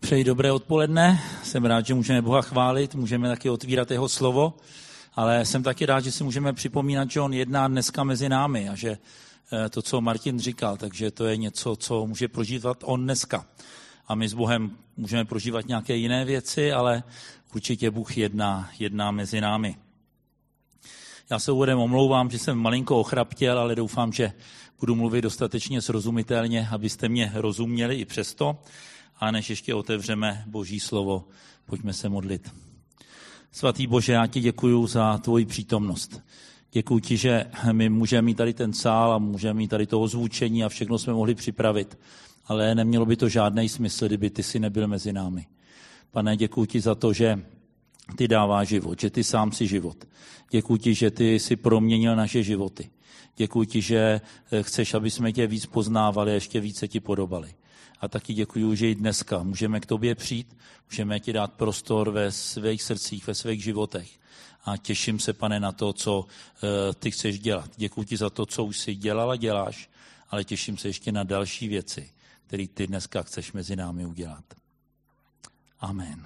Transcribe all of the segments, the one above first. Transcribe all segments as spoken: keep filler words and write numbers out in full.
Přeji dobré odpoledne, jsem rád, že můžeme Boha chválit, můžeme taky otvírat jeho slovo, ale jsem taky rád, že si můžeme připomínat, že on jedná dneska mezi námi a že to, co Martin říkal, takže to je něco, co může prožívat on dneska. A my s Bohem můžeme prožívat nějaké jiné věci, ale určitě Bůh jedná, jedná mezi námi. Já se úvodem omlouvám, že jsem malinko ochraptěl, ale doufám, že budu mluvit dostatečně srozumitelně, abyste mě rozuměli i přesto. A než ještě otevřeme Boží slovo, pojďme se modlit. Svatý Bože, já ti děkuju za tvoji přítomnost. Děkuju ti, že my můžeme mít tady ten sál a můžeme mít tady to ozvučení a všechno jsme mohli připravit. Ale nemělo by to žádný smysl, kdyby ty jsi nebyl mezi námi. Pane, děkuju ti za to, že ty dáváš život, že ty sám jsi život. Děkuju ti, že ty jsi proměnil naše životy. Děkuju ti, že chceš, aby jsme tě víc poznávali a ještě více ti podobali. A taky děkuju, že i dneska můžeme k tobě přijít, můžeme ti dát prostor ve svých srdcích, ve svých životech. A těším se, Pane, na to, co ty chceš dělat. Děkuju ti za to, co už jsi dělal a děláš, ale těším se ještě na další věci, které ty dneska chceš mezi námi udělat. Amen.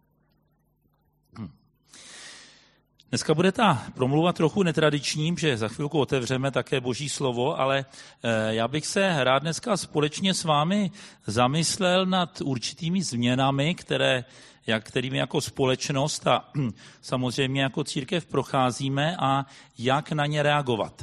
Dneska bude ta promluva trochu netradiční, že za chvilku otevřeme také Boží slovo, ale já bych se rád dneska společně s vámi zamyslel nad určitými změnami, které, jak, kterými jako společnost a samozřejmě jako církev procházíme a jak na ně reagovat.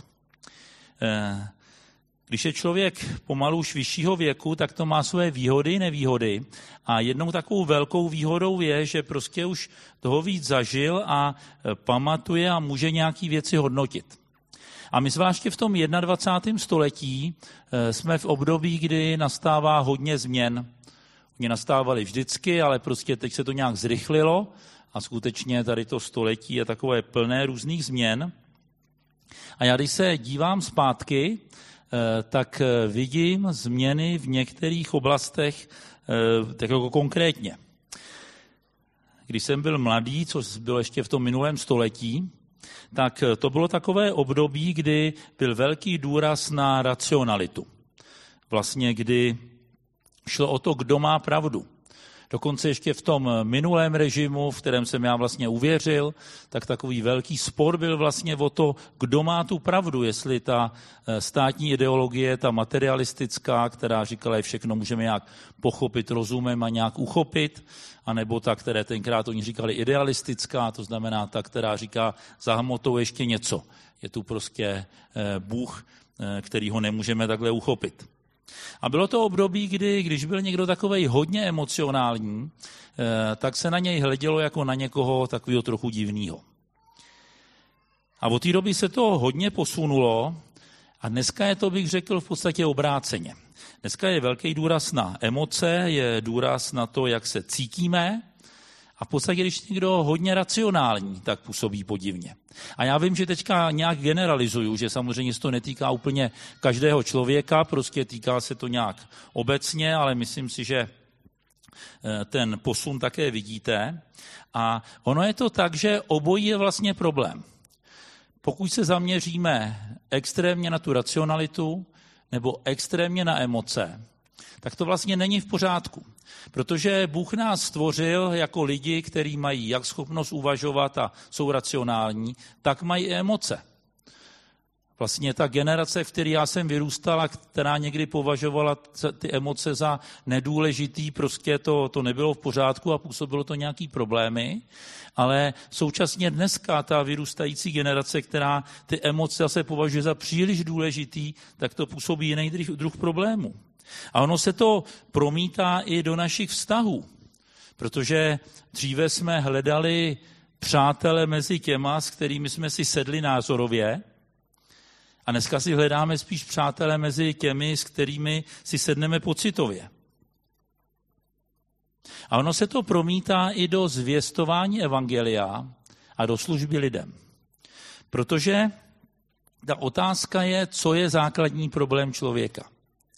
Když je člověk pomalu už vyššího věku, tak to má své výhody i nevýhody. A jednou takovou velkou výhodou je, že prostě už toho víc zažil a pamatuje a může nějaké věci hodnotit. A my zvláště v tom dvacátém prvním století jsme v období, kdy nastává hodně změn. Oni nastávaly vždycky, ale prostě teď se to nějak zrychlilo a skutečně tady to století je takové plné různých změn. A já když se dívám zpátky, tak vidím změny v některých oblastech tak jako konkrétně. Když jsem byl mladý, což bylo ještě v tom minulém století, tak to bylo takové období, kdy byl velký důraz na racionalitu. Vlastně kdy šlo o to, kdo má pravdu. Dokonce ještě v tom minulém režimu, v kterém jsem já vlastně uvěřil, tak takový velký spor byl vlastně o to, kdo má tu pravdu, jestli ta státní ideologie, ta materialistická, která říkala, že všechno můžeme nějak pochopit rozumem a nějak uchopit, anebo ta, které tenkrát oni říkali idealistická, to znamená ta, která říká, za hmotou ještě něco. Je tu prostě Bůh, který ho nemůžeme takhle uchopit. A bylo to období, kdy, když byl někdo takovej hodně emocionální, tak se na něj hledělo jako na někoho takového trochu divného. A od té doby se to hodně posunulo a dneska je to, bych řekl, v podstatě obráceně. Dneska je velký důraz na emoce, je důraz na to, jak se cítíme a v podstatě, když je někdo hodně racionální, tak působí podivně. A já vím, že teďka nějak generalizuju, že samozřejmě se to netýká úplně každého člověka, prostě týká se to nějak obecně, ale myslím si, že ten posun také vidíte. A ono je to tak, že obojí je vlastně problém. Pokud se zaměříme extrémně na tu racionalitu nebo extrémně na emoce, tak to vlastně není v pořádku. Protože Bůh nás stvořil jako lidi, kteří mají jak schopnost uvažovat a jsou racionální, tak mají i emoce. Vlastně ta generace, v které já jsem vyrůstal, která někdy považovala ty emoce za nedůležitý, prostě to, to nebylo v pořádku a působilo to nějaký problémy, ale současně dneska ta vyrůstající generace, která ty emoce zase považuje za příliš důležitý, tak to působí jiný druh, druh problémů. A ono se to promítá i do našich vztahů, protože dříve jsme hledali přátele mezi těma, s kterými jsme si sedli názorově, a dneska si hledáme spíš přátele mezi těmi, s kterými si sedneme pocitově. A ono se to promítá i do zvěstování evangelia a do služby lidem. Protože ta otázka je, co je základní problém člověka.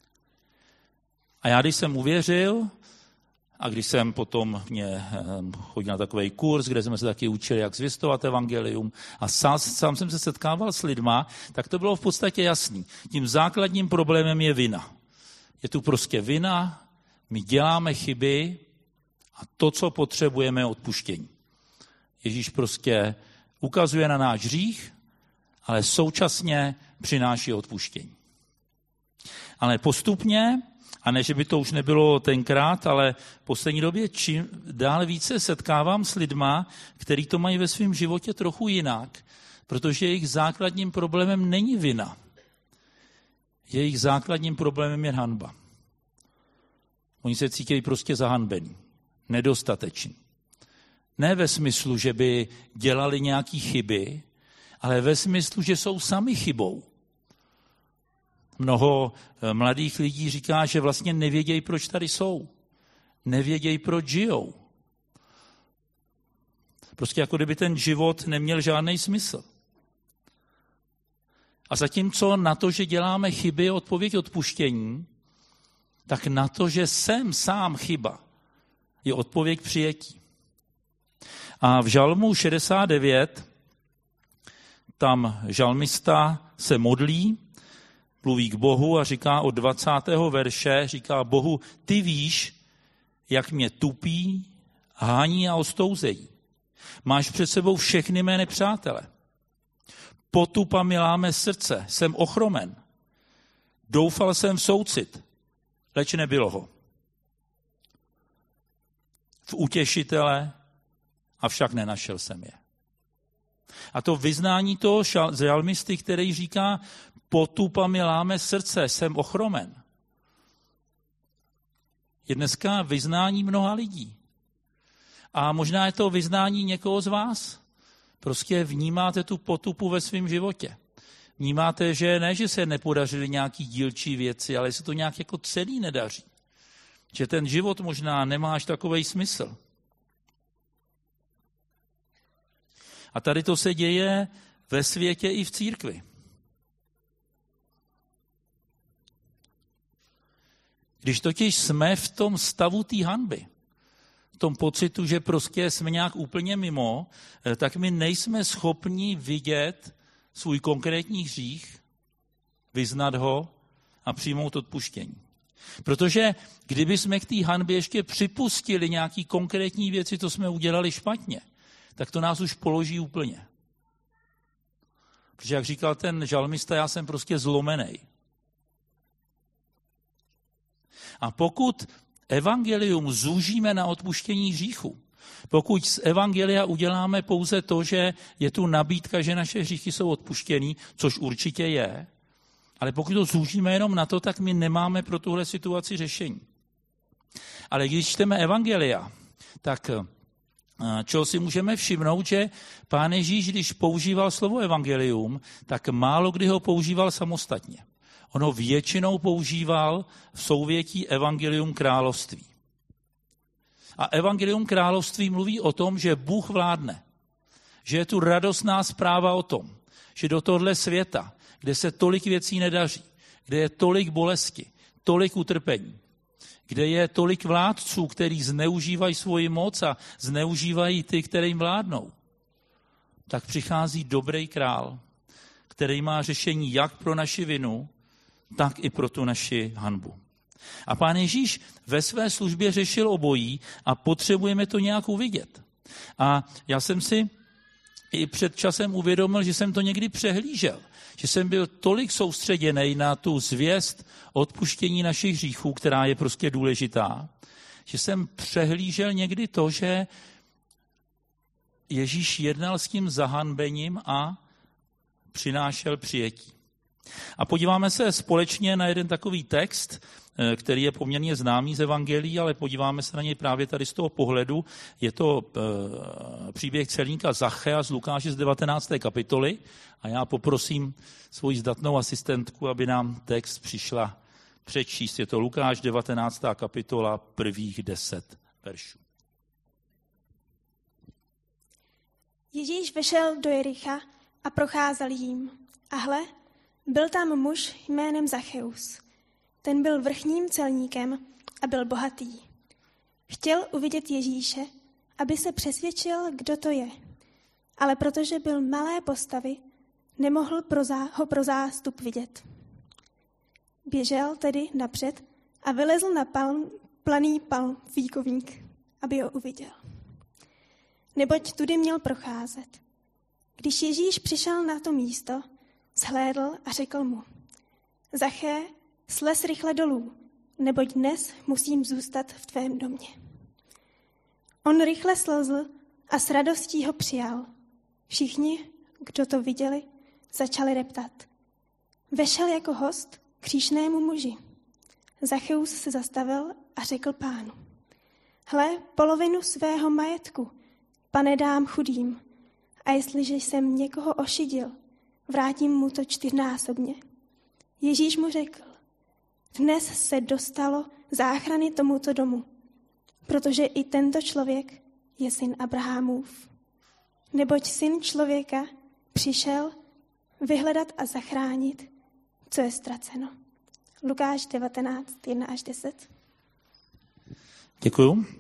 A já, když jsem uvěřil, a když jsem potom mě chodil na takový kurz, kde jsme se taky učili, jak zvěstovat evangelium, a sám, sám jsem se setkával s lidma, tak to bylo v podstatě jasný. Tím základním problémem je vina. Je tu prostě vina, my děláme chyby A to, co potřebujeme, je odpuštění. Ježíš prostě ukazuje na náš hřích, ale současně přináší odpuštění. Ale postupně, a ne, že by to už nebylo tenkrát, ale v poslední době čím dál více setkávám s lidma, kteří to mají ve svém životě trochu jinak, protože jejich základním problémem není vina. Jejich základním problémem je hanba. Oni se cítí prostě zahanbení, nedostateční. Ne ve smyslu, že by dělali nějaké chyby, ale ve smyslu, že jsou sami chybou. Mnoho mladých lidí říká, že vlastně nevědějí, proč tady jsou. Nevědějí, proč žijou. Prostě jako kdyby ten život neměl žádný smysl. A zatímco na to, že děláme chyby, je odpověď odpuštění, tak na to, že jsem sám chyba, je odpověď přijetí. A v žalmu šedesát devět tam žalmista se modlí, mluví k Bohu a říká od dvacátého verše, říká Bohu, ty víš, jak mě tupí, hání a ostouzejí. Máš před sebou všechny mé nepřátele. Potupa mi láme srdce, jsem ochromen. Doufal jsem v soucit, leč nebylo ho. V utěšitele, avšak nenašel jsem je. A to vyznání toho žalmisty, který říká, potupa mi láme srdce, jsem ochromen, je dneska vyznání mnoha lidí. A možná je to vyznání někoho z vás. Prostě vnímáte tu potupu ve svém životě. Vnímáte, že ne, že se nepodařily nějaký dílčí věci, ale se to nějak jako celý nedaří. Že ten život možná nemá až takovej smysl. A tady to se děje ve světě i v církvi. Když totiž jsme v tom stavu té hanby, v tom pocitu, že prostě jsme nějak úplně mimo, tak my nejsme schopni vidět svůj konkrétní hřích, vyznat ho a přijmout odpuštění. Protože kdyby jsme k té hanbě ještě připustili nějaký konkrétní věci, co jsme udělali špatně, tak to nás už položí úplně. Protože jak říkal ten žalmista, já jsem prostě zlomenej. A pokud evangelium zúžíme na odpuštění hříchu, pokud z evangelia uděláme pouze to, že je tu nabídka, že naše hříchy jsou odpuštěný, což určitě je, ale pokud to zúžíme jenom na to, tak my nemáme pro tuhle situaci řešení. Ale když čteme evangelia, tak čeho si můžeme všimnout, že Pán Ježíš, když používal slovo evangelium, tak málo kdy ho používal samostatně. On ho většinou používal v souvětí evangelium království. A evangelium království mluví o tom, že Bůh vládne. Že je tu radostná zpráva o tom, že do tohle světa, kde se tolik věcí nedaří, kde je tolik bolesti, tolik utrpení, kde je tolik vládců, kteří zneužívají svoji moc a zneužívají ty, kterým vládnou, tak přichází dobrý král, který má řešení jak pro naši vinu, tak i pro tu naši hanbu. A Pán Ježíš ve své službě řešil obojí a potřebujeme to nějak uvidět. A já jsem si i před časem uvědomil, že jsem to někdy přehlížel. Že jsem byl tolik soustředěný na tu zvěst odpuštění našich hříchů, která je prostě důležitá, že jsem přehlížel někdy to, že Ježíš jednal s tím zahanbením a přinášel přijetí. A podíváme se společně na jeden takový text, který je poměrně známý z evangelií, ale podíváme se na něj právě tady z toho pohledu. Je to příběh celníka Zachea z Lukáše z devatenácté kapitoly a já poprosím svoji zdatnou asistentku, aby nám text přišla přečíst. Je to Lukáš devatenáctá kapitola, prvních deset veršů. Ježíš vešel do Jericha a procházel jím. A hle, byl tam muž jménem Zacheus. Ten byl vrchním celníkem a byl bohatý. Chtěl uvidět Ježíše, aby se přesvědčil, kdo to je. Ale protože byl malé postavy, nemohl pro zá, ho pro zástup vidět. Běžel tedy napřed a vylezl na palm, planý palm fíkovník aby ho uviděl. Neboť tudy měl procházet. Když Ježíš přišel na to místo, zhlédl a řekl mu: Zaché, slez rychle dolů, neboť dnes musím zůstat v tvém domě. On rychle slezl a s radostí ho přijal. Všichni, kdo to viděli, začali reptat. Vešel jako host k hříšnému muži. Zacheus se zastavil a řekl Pánu: Hle, polovinu svého majetku, Pane, dám chudým, a jestliže jsem někoho ošidil, vrátím mu to čtyřnásobně. Ježíš mu řekl: Dnes se dostalo záchrany tomuto domu, protože i tento člověk je syn Abrahamův. Neboť syn člověka přišel vyhledat a zachránit, co je ztraceno. Lukáš devatenáct, jedna až deset. Děkuju.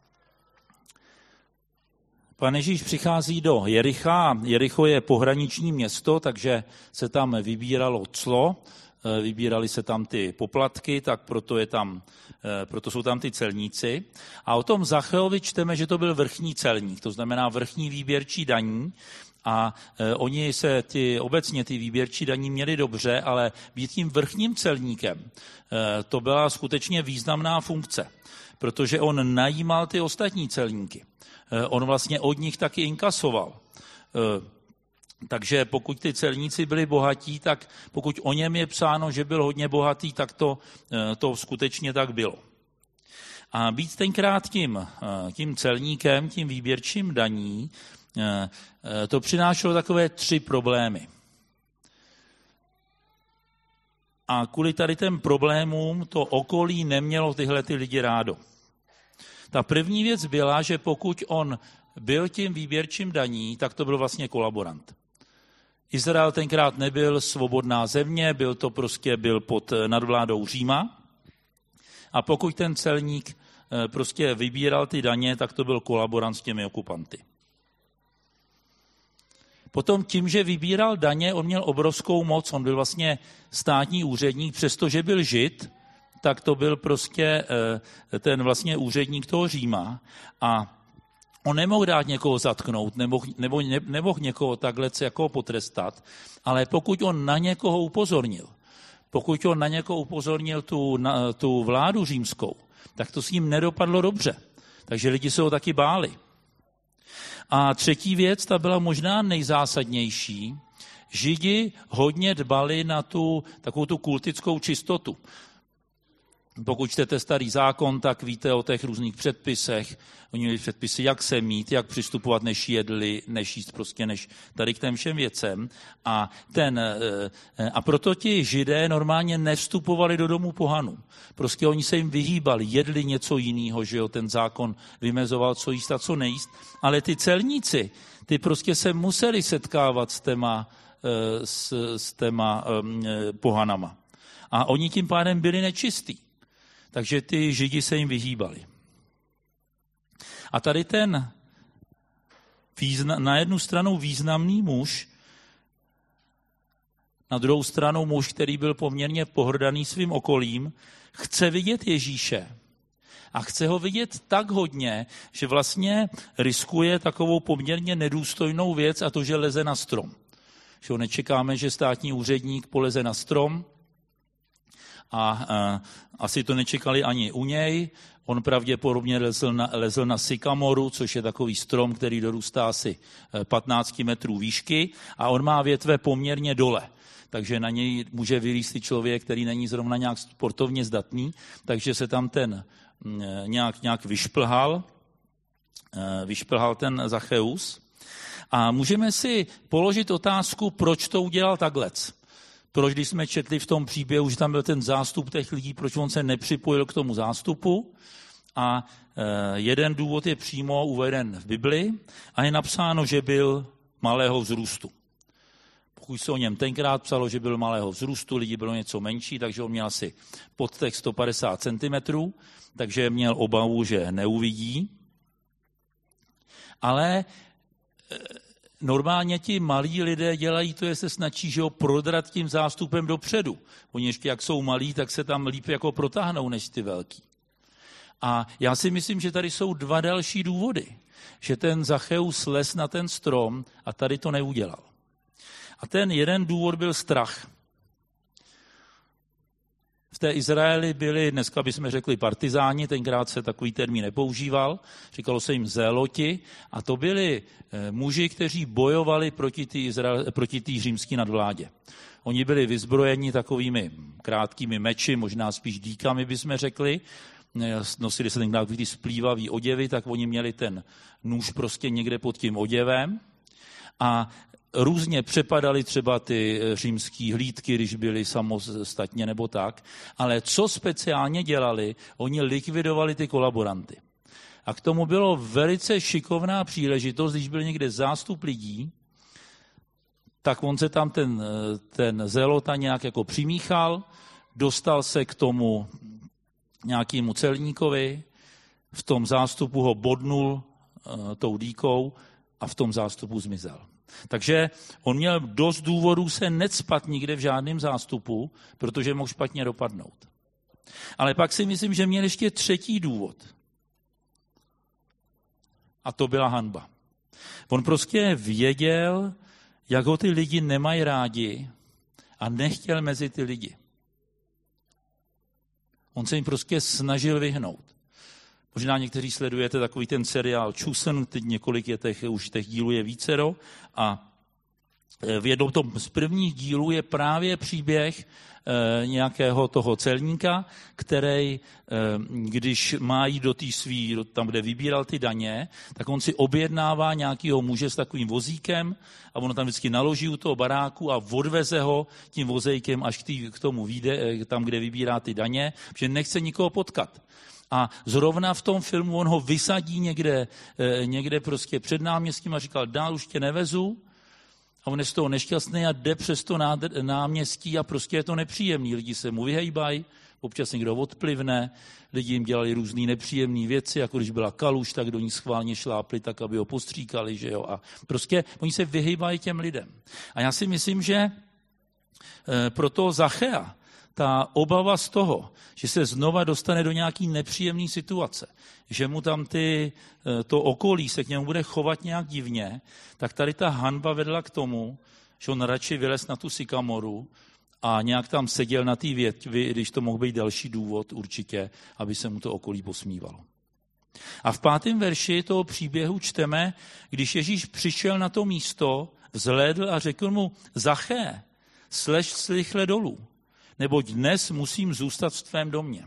Pán Ježíš přichází do Jericha. Jericho je pohraniční město, takže se tam vybíralo clo, vybírali se tam ty poplatky, tak proto, je tam, proto jsou tam ty celníci. A o tom Zacheovi čteme, že to byl vrchní celník, to znamená vrchní výběrčí daní. A oni se ty, obecně ty výběrčí daní měli dobře, ale být tím vrchním celníkem, to byla skutečně významná funkce, protože on najímal ty ostatní celníky. On vlastně od nich taky inkasoval. Takže pokud ty celníci byli bohatí, tak pokud o něm je psáno, že byl hodně bohatý, tak to, to skutečně tak bylo. A být tenkrát tím, tím celníkem, tím výběrčím daní, to přinášelo takové tři problémy. A kvůli tady těm problémům to okolí nemělo tyhle ty lidi rádo. Ta první věc byla, že pokud on byl tím výběrčím daní, tak to byl vlastně kolaborant. Izrael tenkrát nebyl svobodná země, byl to prostě byl pod nadvládou Říma. A pokud ten celník prostě vybíral ty daně, tak to byl kolaborant s těmi okupanty. Potom tím, že vybíral daně, on měl obrovskou moc, on byl vlastně státní úředník, přestože byl Žid, tak to byl prostě ten vlastně úředník toho Říma a on nemohl dát někoho zatknout, nemohl, nebo ne, nemohl někoho takhle jako potrestat, ale pokud on na někoho upozornil, pokud on na někoho upozornil tu, na, tu vládu římskou, tak to s ním nedopadlo dobře. Takže lidi se ho taky báli. A třetí věc, ta byla možná nejzásadnější. Židi hodně dbali na tu takovou tu kultickou čistotu. Pokud čtete Starý zákon, tak víte o těch různých předpisech. Oni měli předpisy, jak se mít, jak přistupovat, než jedli, než jíst prostě, než tady k těm všem věcem. A, ten, a proto ti Židé normálně nevstupovali do domu pohanů. Prostě oni se jim vyhýbali, jedli něco jiného, že jo, ten zákon vymezoval, co jíst a co nejíst. Ale ty celníci, ty prostě se museli setkávat s téma, s, s téma um, pohanama. A oni tím pádem byli nečistí. Takže ty Židi se jim vyhýbali. A tady ten význa, na jednu stranu významný muž, na druhou stranu muž, který byl poměrně pohrdaný svým okolím, chce vidět Ježíše. A chce ho vidět tak hodně, že vlastně riskuje takovou poměrně nedůstojnou věc a to, že leze na strom. Že ho nečekáme, že státní úředník poleze na strom, a, a asi to nečekali ani u něj. On pravděpodobně lezl na, lezl na sykamoru, což je takový strom, který dorůstá asi patnáct metrů výšky a on má větve poměrně dole. Takže na něj může vylízt i člověk, který není zrovna nějak sportovně zdatný, takže se tam ten nějak, nějak vyšplhal, vyšplhal ten Zacheus. A můžeme si položit otázku, proč to udělal taklec. Proč, když jsme četli v tom příběhu, že tam byl ten zástup těch lidí, proč on se nepřipojil k tomu zástupu. A jeden důvod je přímo uveden v Bibli a je napsáno, že byl malého vzrůstu. Pokud se o něm tenkrát psalo, že byl malého vzrůstu, lidi bylo něco menší, takže on měl asi pod těch sto padesát centimetrů, takže měl obavu, že neuvidí. Ale normálně ti malí lidé dělají to, že se snaží, že ho prodrat tím zástupem dopředu. Oni ještě jak jsou malí, tak se tam líp jako protáhnou než ty velký. A já si myslím, že tady jsou dva další důvody, že ten Zacheus les na ten strom a tady to neudělal. A ten jeden důvod byl strach. V té Izraeli byli, dneska bychom řekli partizáni, tenkrát se takový termín nepoužíval, říkalo se jim zéloti, a to byli muži, kteří bojovali proti té Izrael, proti té římské nadvládě. Oni byli vyzbrojeni takovými krátkými meči, možná spíš dýkami bychom řekli, nosili se tenkrát ty splývavý oděvy, tak oni měli ten nůž prostě někde pod tím oděvem a různě přepadali třeba ty římský hlídky, když byli samostatně nebo tak, ale co speciálně dělali, oni likvidovali ty kolaboranty. A k tomu bylo velice šikovná příležitost, když byl někde zástup lidí, tak on se tam ten, ten zélota nějak jako přimíchal, dostal se k tomu nějakému celníkovi, v tom zástupu ho bodnul e, tou dýkou a v tom zástupu zmizel. Takže on měl dost důvodů se necpat nikde v žádném zástupu, protože mohl špatně dopadnout. Ale pak si myslím, že měl ještě třetí důvod. A to byla hanba. On prostě věděl, jak ho ty lidi nemají rádi a nechtěl mezi ty lidi. On se jim prostě snažil vyhnout. Možná někteří sledujete takový ten seriál Chosen, teď několik je těch, už těch dílů je vícero a v jednom tom z prvních dílů je právě příběh e, nějakého toho celníka, který, e, když má jít do té svý, tam, kde vybíral ty daně, tak on si objednává nějakého muže s takovým vozíkem a ono tam vždycky naloží u toho baráku a odveze ho tím vozejkem až k, tý, k tomu výjde, tam, kde vybírá ty daně, protože nechce nikoho potkat. A zrovna v tom filmu on ho vysadí někde, někde prostě před náměstím a říkal, dál už tě nevezu. A on je z toho nešťastný a jde přes to náměstí a prostě je to nepříjemný. Lidi se mu vyhejbají, občas někdo odplivne, lidi jim dělali různé nepříjemné věci, jako když byla kaluž, tak do ní schválně šlápli, tak aby ho postříkali, že jo. A prostě oni se vyhejbají těm lidem. A já si myslím, že pro toho Zachea ta obava z toho, že se znova dostane do nějaký nepříjemné situace, že mu tam ty, to okolí se k němu bude chovat nějak divně, tak tady ta hanba vedla k tomu, že on radši vylez na tu sykamoru a nějak tam seděl na té větvi, když to mohl být další důvod určitě, aby se mu to okolí posmívalo. A v pátém verši toho příběhu čteme, když Ježíš přišel na to místo, vzhlédl a řekl mu, Zaché, slez rychle dolů, neboť dnes musím zůstat v tvém domě.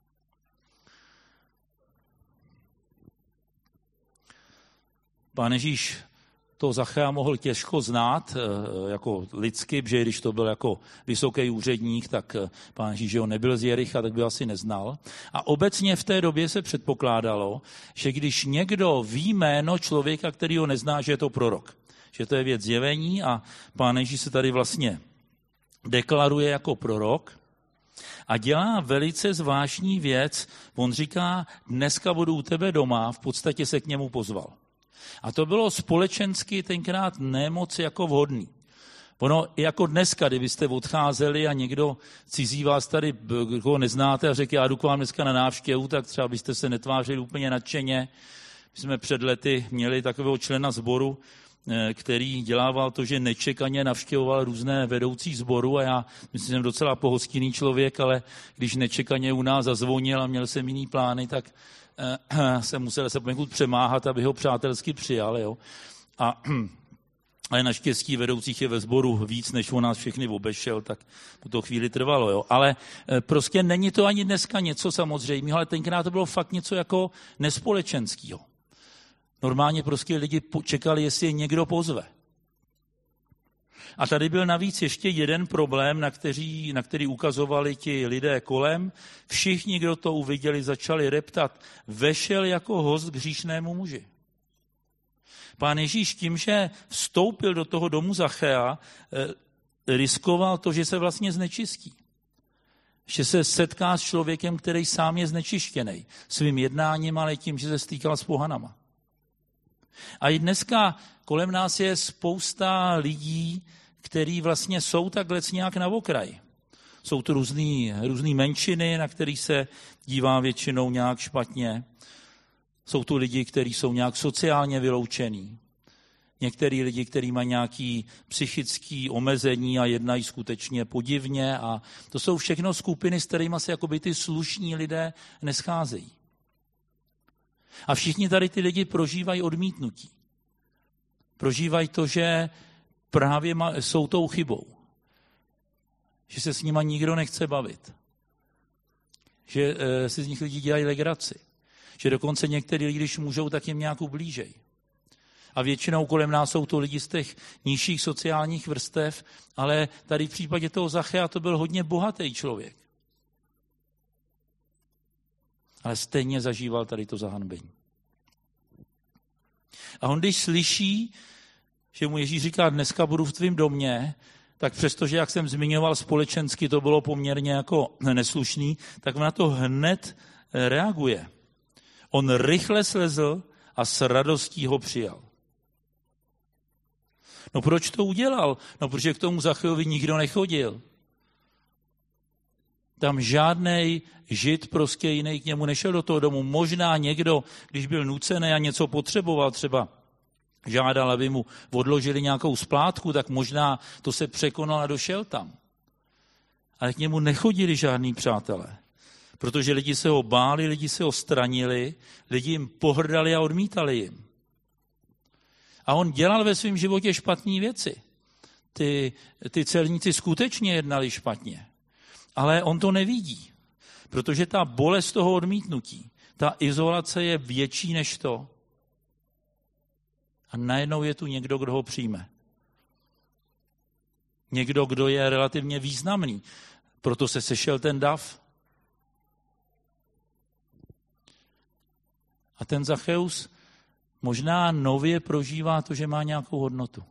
Pán Ježíš to Zachea mohl těžko znát, jako lidsky, protože když to byl jako vysoký úředník, tak pán Ježíš ho nebyl z Jericha, tak by asi neznal. A obecně v té době se předpokládalo, že když někdo ví jméno člověka, který ho nezná, že je to prorok, že to je věc zjevení a pán Ježíš se tady vlastně deklaruje jako prorok a dělá velice zvláštní věc. On říká, dneska budu u tebe doma, v podstatě se k němu pozval. A to bylo společensky tenkrát nemoc jako vhodný. Ono jako dneska, kdybyste odcházeli a někdo cizí vás tady, koho neznáte a řekl, já jdu k vám dneska na návštěvu, tak třeba byste se netvářili úplně nadšeně. My jsme před lety měli takového člena sboru, který dělával to, že nečekaně navštěvoval různé vedoucí sboru a já myslím, že jsem docela pohostinný člověk, ale když nečekaně u nás zazvonil a měl jsem jiný plány, tak eh, jsem musel se poněkud přemáhat, aby ho přátelsky přijal. Jo. A, ale naštěstí vedoucích je ve sboru víc, než on nás všechny obešel, tak mu to chvíli trvalo. Jo. Ale eh, prostě není to ani dneska něco samozřejmého, ale tenkrát to bylo fakt něco jako nespolečenského. Normálně prostě lidi čekali, jestli je někdo pozve. A tady byl navíc ještě jeden problém, na který, na který ukazovali ti lidé kolem. Všichni, kdo to uviděli, začali reptat, vešel jako host k hříšnému muži. Pán Ježíš tím, že vstoupil do toho domu Zachea, riskoval to, že se vlastně znečistí. Že se setká s člověkem, který sám je znečištěný svým jednáním, ale tím, že se stýkal s pohanama. A i dneska kolem nás je spousta lidí, kteří vlastně jsou takhle nějak na okraji. Jsou to různý, různý menšiny, na který se dívá většinou nějak špatně. Jsou to lidi, kteří jsou nějak sociálně vyloučený. Některý lidi, kteří mají nějaké psychické omezení a jednají skutečně podivně. A to jsou všechno skupiny, s kterými se jakoby ty slušní lidé nescházejí. A všichni tady ty lidi prožívají odmítnutí. Prožívají to, že právě jsou tou chybou. Že se s nima nikdo nechce bavit. Že e, si z nich lidi dělají legraci. Že dokonce některý lidi, když můžou, tak jim nějak ublížejí. A většinou kolem nás jsou to lidi z těch nižších sociálních vrstev, ale tady v případě toho Zachea to byl hodně bohatý člověk. Ale stejně zažíval tady to zahanbení. A on, když slyší, že mu Ježíš říká, dneska budu v tvém domě, tak přestože, jak jsem zmiňoval, společensky to bylo poměrně jako neslušný, tak na to hned reaguje. On rychle slezl a s radostí ho přijal. No proč to udělal? No protože k tomu Zachejovi nikdo nechodil. Tam žádnej žid prostě jiný k němu nešel do toho domu. Možná někdo, když byl nucený a něco potřeboval, třeba žádal, aby mu odložili nějakou splátku, tak možná to se překonal a došel tam. Ale k němu nechodili žádní přátelé. Protože lidi se ho báli, lidi se ho stranili, lidi jim pohrdali a odmítali jim. A on dělal ve svém životě špatné věci. Ty, ty celníci skutečně jednali špatně. Ale on to nevidí, protože ta bolest toho odmítnutí, ta izolace je větší než to. A najednou je tu někdo, kdo ho přijme. Někdo, kdo je relativně významný. Proto se sešel ten dav. A ten Zacheus možná nově prožívá to, že má nějakou hodnotu.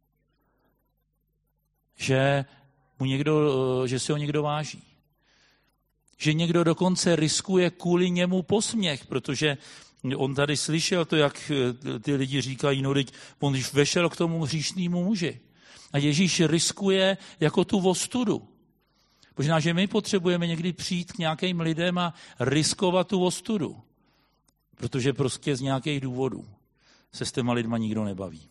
Že, mu někdo, že si ho někdo váží. Že někdo dokonce riskuje kvůli němu posměch, protože on tady slyšel to, jak ty lidi říkají, no teď on když vešel k tomu hříšnému muži. A Ježíš riskuje jako tu ostudu. Možná, že my potřebujeme někdy přijít k nějakým lidem a riskovat tu ostudu. Protože prostě z nějakých důvodů se s těma lidma nikdo nebaví.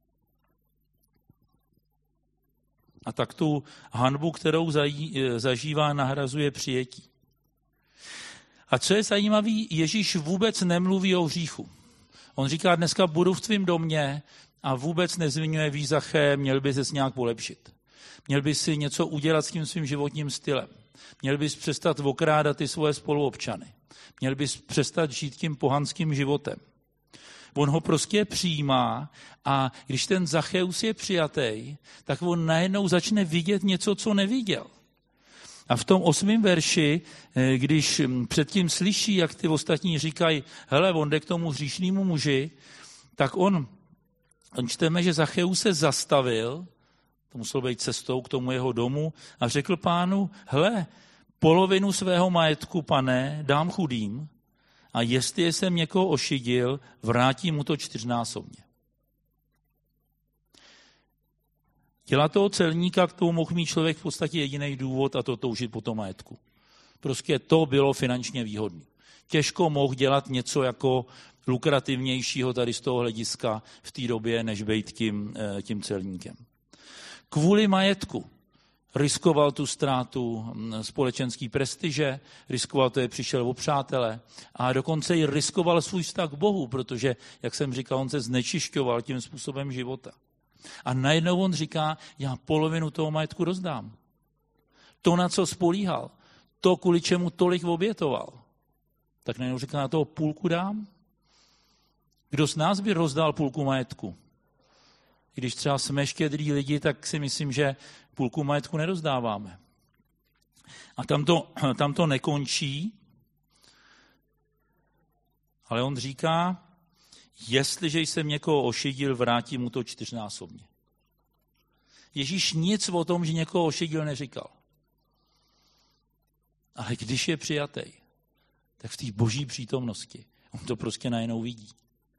A tak tu hanbu, kterou zažívá, nahrazuje přijetí. A co je zajímavé, Ježíš vůbec nemluví o hříchu. On říká, dneska budu v tvém domě a vůbec nezmiňuje víš, Zaché, měl by ses nějak polepšit. Měl by si něco udělat s tím svým životním stylem. Měl bys přestat okrádat ty svoje spoluobčany. Měl bys přestat žít tím pohanským životem. On ho prostě přijímá a když ten Zacheus je přijatý, tak on najednou začne vidět něco, co neviděl. A v tom osmém verši, když předtím slyší, jak ty ostatní říkají, hele, on jde k tomu hříšnému muži, tak on, on čteme, že Zacheus se zastavil, to muselo být cestou k tomu jeho domu, a řekl pánu, hele, polovinu svého majetku, pane, dám chudým, a jestli jsem někoho ošidil, vrátím mu to čtyřnásobně. Dělat toho celníka, k tomu mohl mít člověk v podstatě jediný důvod, a to toužit po tom majetku. Prostě to bylo finančně výhodné. Těžko mohl dělat něco jako lukrativnějšího tady z toho hlediska v té době, než být tím, tím celníkem. Kvůli majetku riskoval tu ztrátu společenský prestiže, riskoval to, že přišel o přátele a dokonce i riskoval svůj vztah k Bohu, protože, jak jsem říkal, on se znečišťoval tím způsobem života. A najednou on říká, já polovinu toho majetku rozdám. To, na co spolíhal, to, kvůli čemu tolik obětoval, tak najednou říká, na toho půlku dám. Kdo z nás by rozdal půlku majetku? Když třeba jsme štědrý lidi, tak si myslím, že půlku majetku nerozdáváme. A tam to, tam to nekončí, ale on říká, jestliže jsem někoho ošidil, vrátím mu to čtyřnásobně. Ježíš nic o tom, že někoho ošidil, neříkal. Ale když je přijatý, tak v té boží přítomnosti on to prostě najednou vidí.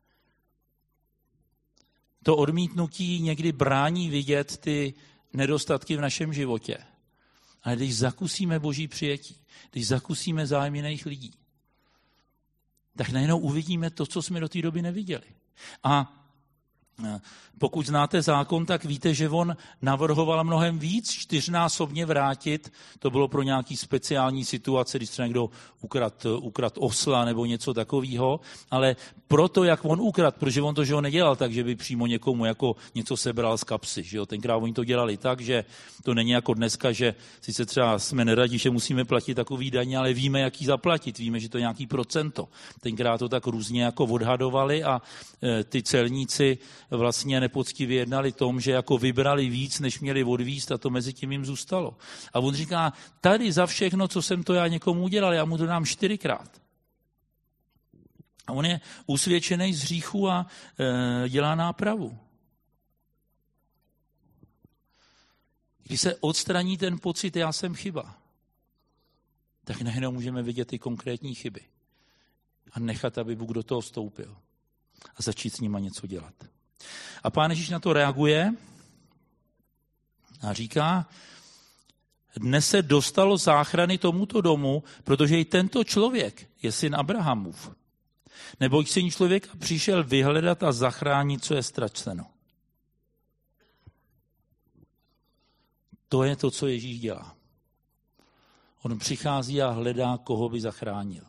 To odmítnutí někdy brání vidět ty nedostatky v našem životě. Ale když zakusíme Boží přijetí, když zakusíme zájem jiných lidí, tak najednou uvidíme to, co jsme do té doby neviděli. A pokud znáte zákon, tak víte, že on navrhoval mnohem víc čtyřnásobně vrátit. To bylo pro nějaký speciální situace, když se někdo ukrad, ukrad osla nebo něco takového. Ale proto, jak on ukrad, protože on to, že ho nedělal tak, že by přímo někomu jako něco sebral z kapsy. Že jo? Tenkrát oni to dělali tak, že to není jako dneska, že sice třeba jsme neradi, že musíme platit takový daně, ale víme, jaký zaplatit. Víme, že to je nějaký procento. Tenkrát to tak různě jako odhadovali a e, ty celníci vlastně nepoctivě jednali tom, že jako vybrali víc, než měli odvízt a to mezi tím jim zůstalo. A on říká, tady za všechno, co jsem to já někomu udělal, já mu to dám čtyřikrát. A on je usvědčený z hříchu a e, dělá nápravu. Když se odstraní ten pocit, já jsem chyba, tak najednou můžeme vidět ty konkrétní chyby a nechat, aby Bůh do toho vstoupil a začít s nima něco dělat. A Pán Ježíš na to reaguje a říká, dnes se dostalo záchrany tomuto domu, protože i tento člověk je syn Abrahamův. Neboť syn člověka přišel vyhledat a zachránit, co je ztraceno. To je to, co Ježíš dělá. On přichází a hledá, koho by zachránil.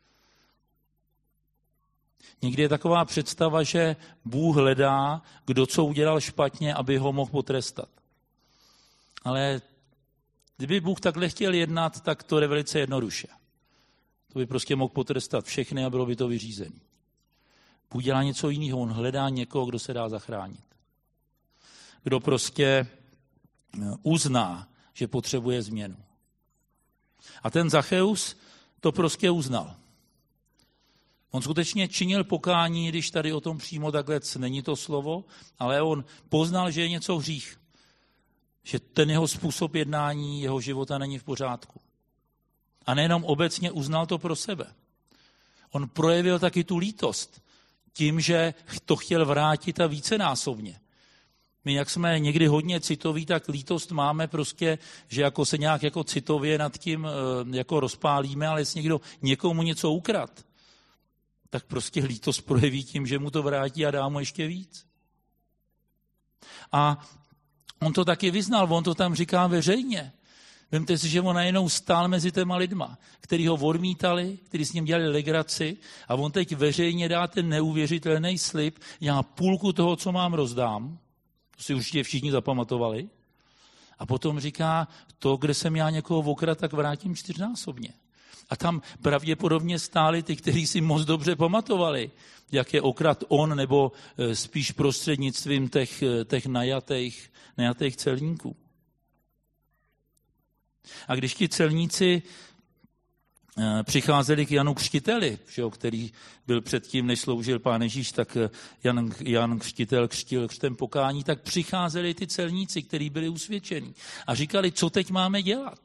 Někdy je taková představa, že Bůh hledá, kdo co udělal špatně, aby ho mohl potrestat. Ale kdyby Bůh takhle chtěl jednat, tak to je velice jednoduše. To by prostě mohl potrestat všechny a bylo by to vyřízené. Bůh dělá něco jiného, on hledá někoho, kdo se dá zachránit. Kdo prostě uzná, že potřebuje změnu. A ten Zacheus to prostě uznal. On skutečně činil pokání, když tady o tom přímo takhle není to slovo, ale on poznal, že je něco hřích. Že ten jeho způsob jednání, jeho života není v pořádku. A nejenom obecně uznal to pro sebe. On projevil taky tu lítost tím, že to chtěl vrátit a vícenásobně. My, jak jsme někdy hodně citoví, tak lítost máme prostě, že jako se nějak jako citově nad tím jako rozpálíme, ale jestli někdo někomu něco ukrad, tak prostě lítost projeví tím, že mu to vrátí a dá mu ještě víc. A on to taky vyznal, on to tam říká veřejně. Vemte si, že on najednou stál mezi těma lidma, který ho odmítali, kteří s ním dělali legraci a on teď veřejně dá ten neuvěřitelný slib, já půlku toho, co mám, rozdám. To si určitě všichni zapamatovali. A potom říká, to, kde jsem já někoho okradl, tak vrátím čtyřnásobně. A tam pravděpodobně stáli ty, kteří si moc dobře pamatovali, jak je okrad on, nebo spíš prostřednictvím těch, těch najatých, najatých celníků. A když ti celníci přicházeli k Janu Křtiteli, který byl předtím, než sloužil Pán Ježíš, tak Jan, Jan Křtitel křtil křtem pokání, tak přicházeli ty celníci, kteří byli usvědčení a říkali, co teď máme dělat.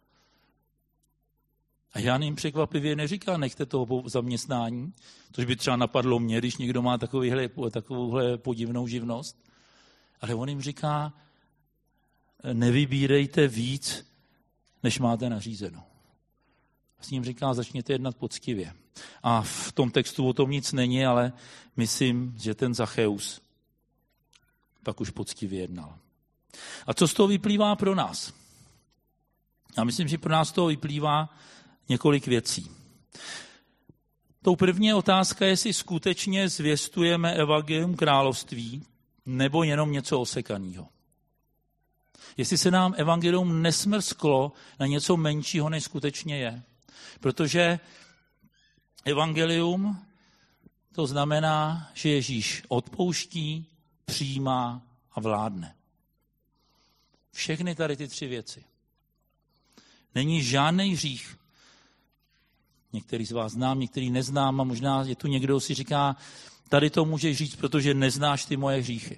A Jan jim překvapivě neříká, nechte toho zaměstnání, což by třeba napadlo mě, když někdo má takovýhle, takovouhle podivnou živnost. Ale on jim říká, nevybírejte víc, než máte nařízeno. A s ním říká, začněte jednat poctivě. A v tom textu o tom nic není, ale myslím, že ten Zacheus pak už poctivě jednal. A co z toho vyplývá pro nás? Já myslím, že pro nás z toho vyplývá několik věcí. Tou první otázka je, jestli skutečně zvěstujeme evangelium království, nebo jenom něco osekaného. Jestli se nám evangelium nesmrsklo na něco menšího, než skutečně je. Protože evangelium to znamená, že Ježíš odpouští, přijímá a vládne. Všechny tady ty tři věci. Není žádný hřích. Některý z vás znám, některý neznám a možná je tu někdo, si říká, tady to můžeš říct, protože neznáš ty moje hříchy.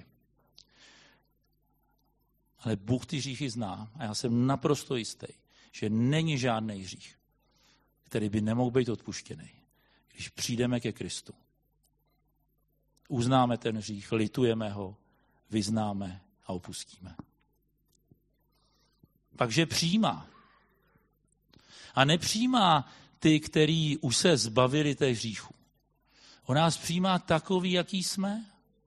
Ale Bůh ty hříchy zná a já jsem naprosto jistý, že není žádný hřích, který by nemohl být odpuštěný, když přijdeme ke Kristu. Uznáme ten hřích, litujeme ho, vyznáme a opustíme. Takže přijímá. A nepřijímá ty, který už se zbavili těch hříchů. On nás přijímá takový, jaký jsme.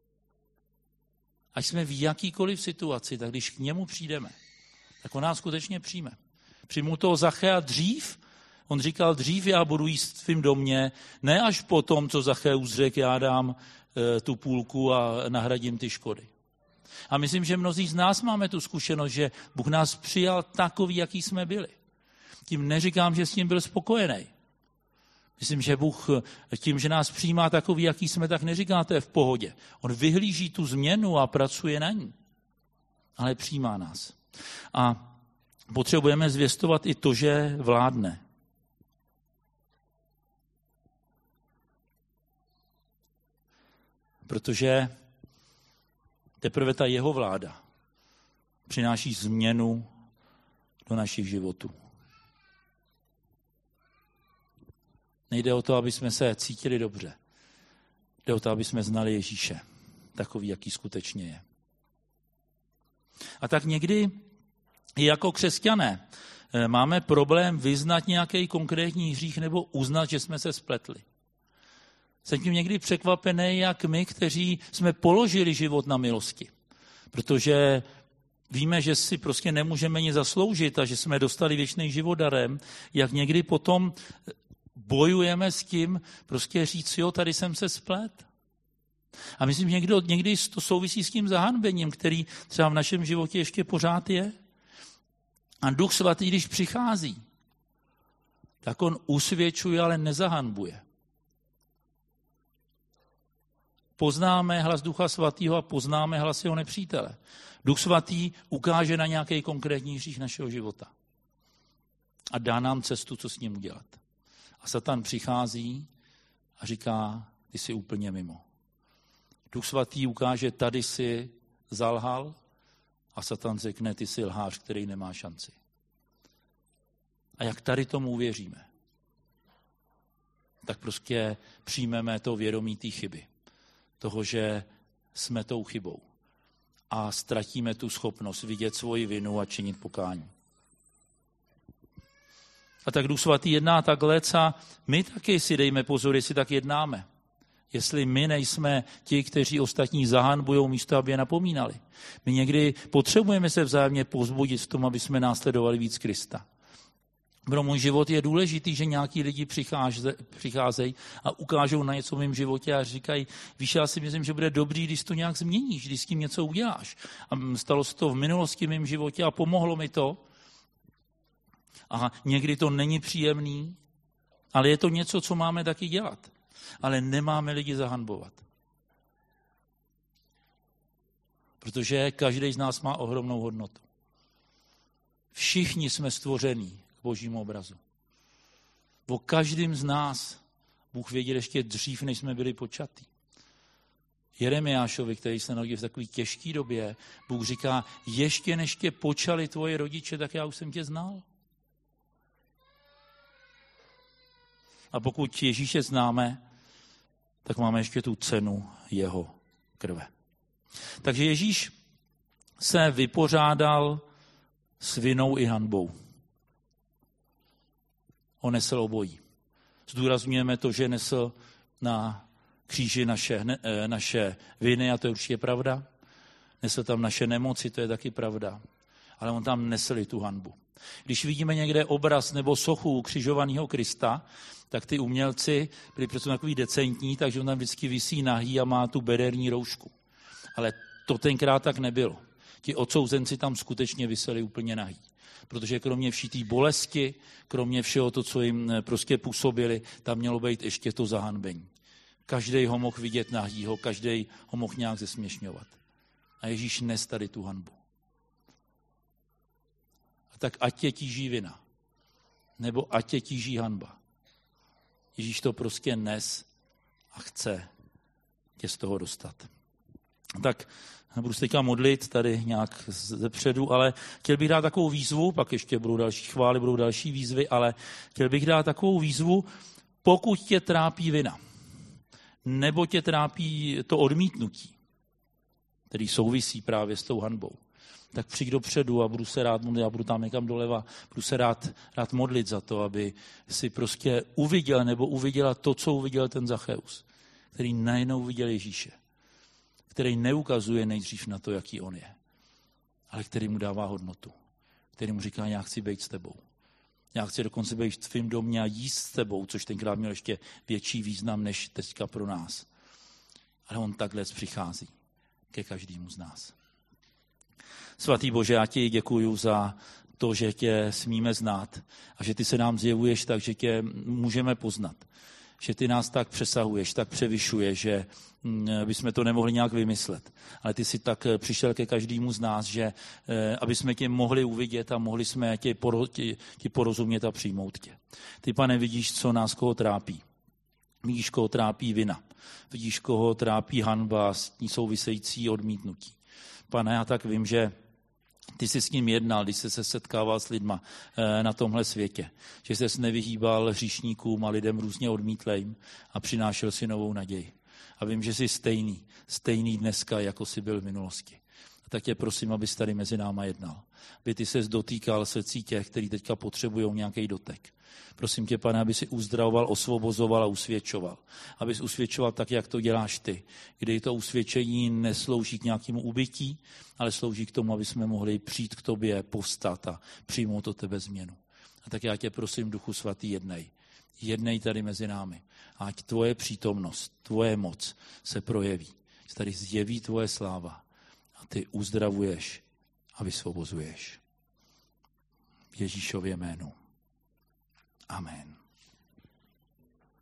Ať jsme v jakýkoliv situaci, tak když k němu přijdeme, tak on nás skutečně přijme. Přijmu toho Zachea dřív, on říkal, dřív já budu jíst v tvým domě, ne až po tom, co Zacheus řekl, já dám e, tu půlku a nahradím ty škody. A myslím, že mnozí z nás máme tu zkušenost, že Bůh nás přijal takový, jaký jsme byli. Tím neříkám, že s tím byl spokojený. Myslím, že Bůh tím, že nás přijímá takový, jaký jsme, tak neříká, to je v pohodě. On vyhlíží tu změnu a pracuje na ní. Ale přijímá nás. A potřebujeme zvěstovat i to, že vládne. Protože teprve ta jeho vláda přináší změnu do našich životů. Nejde o to, aby jsme se cítili dobře. Jde o to, aby jsme znali Ježíše, takový, jaký skutečně je. A tak někdy i jako křesťané máme problém vyznat nějaký konkrétní hřích nebo uznat, že jsme se spletli. Jsem tím někdy překvapený, jak my, kteří jsme položili život na milosti. Protože víme, že si prostě nemůžeme nic zasloužit a že jsme dostali věčný život darem, jak někdy potom bojujeme s tím, prostě říct, jo, tady jsem se splet. A myslím, že někdy, někdy to souvisí s tím zahanbením, který třeba v našem životě ještě pořád je. A Duch Svatý, když přichází, tak on usvědčuje, ale nezahanbuje. Poznáme hlas Ducha Svatého a poznáme hlas jeho nepřítele. Duch Svatý ukáže na nějaký konkrétní hřích našeho života. A dá nám cestu, co s ním udělat. A Satan přichází a říká, ty jsi úplně mimo. Duch Svatý ukáže, tady jsi zalhal a Satan řekne, ty jsi lhář, který nemá šanci. A jak tady tomu uvěříme, tak prostě přijmeme to vědomí té chyby. Toho, že jsme tou chybou. A ztratíme tu schopnost vidět svoji vinu a činit pokání. A tak Duch Svatý jedná takhle, a my taky si dejme pozor, jestli tak jednáme. Jestli my nejsme ti, kteří ostatní zahanbujou místo, aby je napomínali. My někdy potřebujeme se vzájemně povzbudit v tom, aby jsme následovali víc Krista. Pro můj život je důležitý, že nějaký lidi přicházejí a ukážou na něco v mém životě a říkají, víš, já si myslím, že bude dobrý, když to nějak změníš, když s tím něco uděláš. A stalo se to v minulosti v mém životě a pomohlo mi to. A někdy to není příjemný, ale je to něco, co máme taky dělat. Ale nemáme lidi zahanbovat. Protože každý z nás má ohromnou hodnotu. Všichni jsme stvoření k božímu obrazu. O každém z nás Bůh věděl ještě dřív, než jsme byli počatí. Jeremiášovi, který se narodil v takové těžké době, Bůh říká, ještě než tě počali tvoje rodiče, tak já už jsem tě znal. A pokud Ježíše známe, tak máme ještě tu cenu jeho krve. Takže Ježíš se vypořádal s vinou i hanbou. On nesl obojí. Zdůrazňujeme to, že nesl na kříži naše, ne, naše viny, a to je určitě pravda. Nesl tam naše nemoci, to je taky pravda. Ale on tam nesl i tu hanbu. Když vidíme někde obraz nebo sochu ukřižovaného Krista, tak ty umělci byli přece takový decentní, takže on tam vždycky visí nahý a má tu bederní roušku. Ale to tenkrát tak nebylo. Ti odsouzenci tam skutečně viseli úplně nahý. Protože kromě vší té bolesti, kromě všeho to, co jim prostě působili, tam mělo být ještě to zahanbení. Každý ho mohl vidět nahýho, každý ho mohl nějak zesměšňovat. A Ježíš nes tady tu hanbu. A tak ať tě tíží vina, nebo ať tě tíží hanba. Ježíš to prostě nes a chce tě z toho dostat. Tak budu se teďka modlit tady nějak zepředu, ale chtěl bych dát takovou výzvu, pak ještě budou další chvály, budou další výzvy, ale chtěl bych dát takovou výzvu, pokud tě trápí vina, nebo tě trápí to odmítnutí, který souvisí právě s tou hanbou, tak přijď dopředu a budu se rád modlit, já budu tam někam doleva, budu se rád, rád modlit za to, aby si prostě uviděl nebo uviděla to, co uviděl ten Zacheus, který najednou viděl Ježíše, který neukazuje nejdřív na to, jaký on je, ale který mu dává hodnotu, který mu říká, já chci být s tebou. Já chci dokonce být v tvým domě a jíst s tebou, což tenkrát měl ještě větší význam než teďka pro nás. Ale on takhle přichází ke každému z nás. Svatý Bože, já ti děkuju za to, že tě smíme znát a že ty se nám zjevuješ tak, že tě můžeme poznat. Že ty nás tak přesahuješ, tak převyšuješ, že bychom to nemohli nějak vymyslet. Ale ty jsi tak přišel ke každému z nás, že aby jsme tě mohli uvidět a mohli jsme tě, poro, tě, tě porozumět a přijmout tě. Ty, Pane, vidíš, co nás koho trápí. Vidíš, koho trápí vina. Vidíš, koho trápí hanba, s ní související odmítnutí. Pane, já tak vím, že ty jsi s ním jednal, když jsi se setkával s lidma na tomhle světě. Že jsi nevyhýbal hříšníkům a lidem různě odmítlejm a přinášel si novou naději. A vím, že jsi stejný, stejný dneska, jako jsi byl v minulosti. A tak tě prosím, abys tady mezi náma jednal. Aby ty ses dotýkal srdcí těch, kteří teďka potřebují nějaký dotek. Prosím tě, Pane, aby si uzdravoval, osvobozoval a usvědčoval. Abys usvědčoval tak, jak to děláš ty. Kdy to usvědčení neslouží k nějakému ubytí, ale slouží k tomu, aby jsme mohli přijít k tobě, povstat a přijmout od tebe změnu. A tak já tě prosím, Duchu Svatý, jednej. Jednej tady mezi námi. Ať tvoje přítomnost, tvoje moc se projeví. Že tady zjeví tvoje sláva a ty uzdravuješ a vysvobozuješ. V Ježíšově jménu. Amen.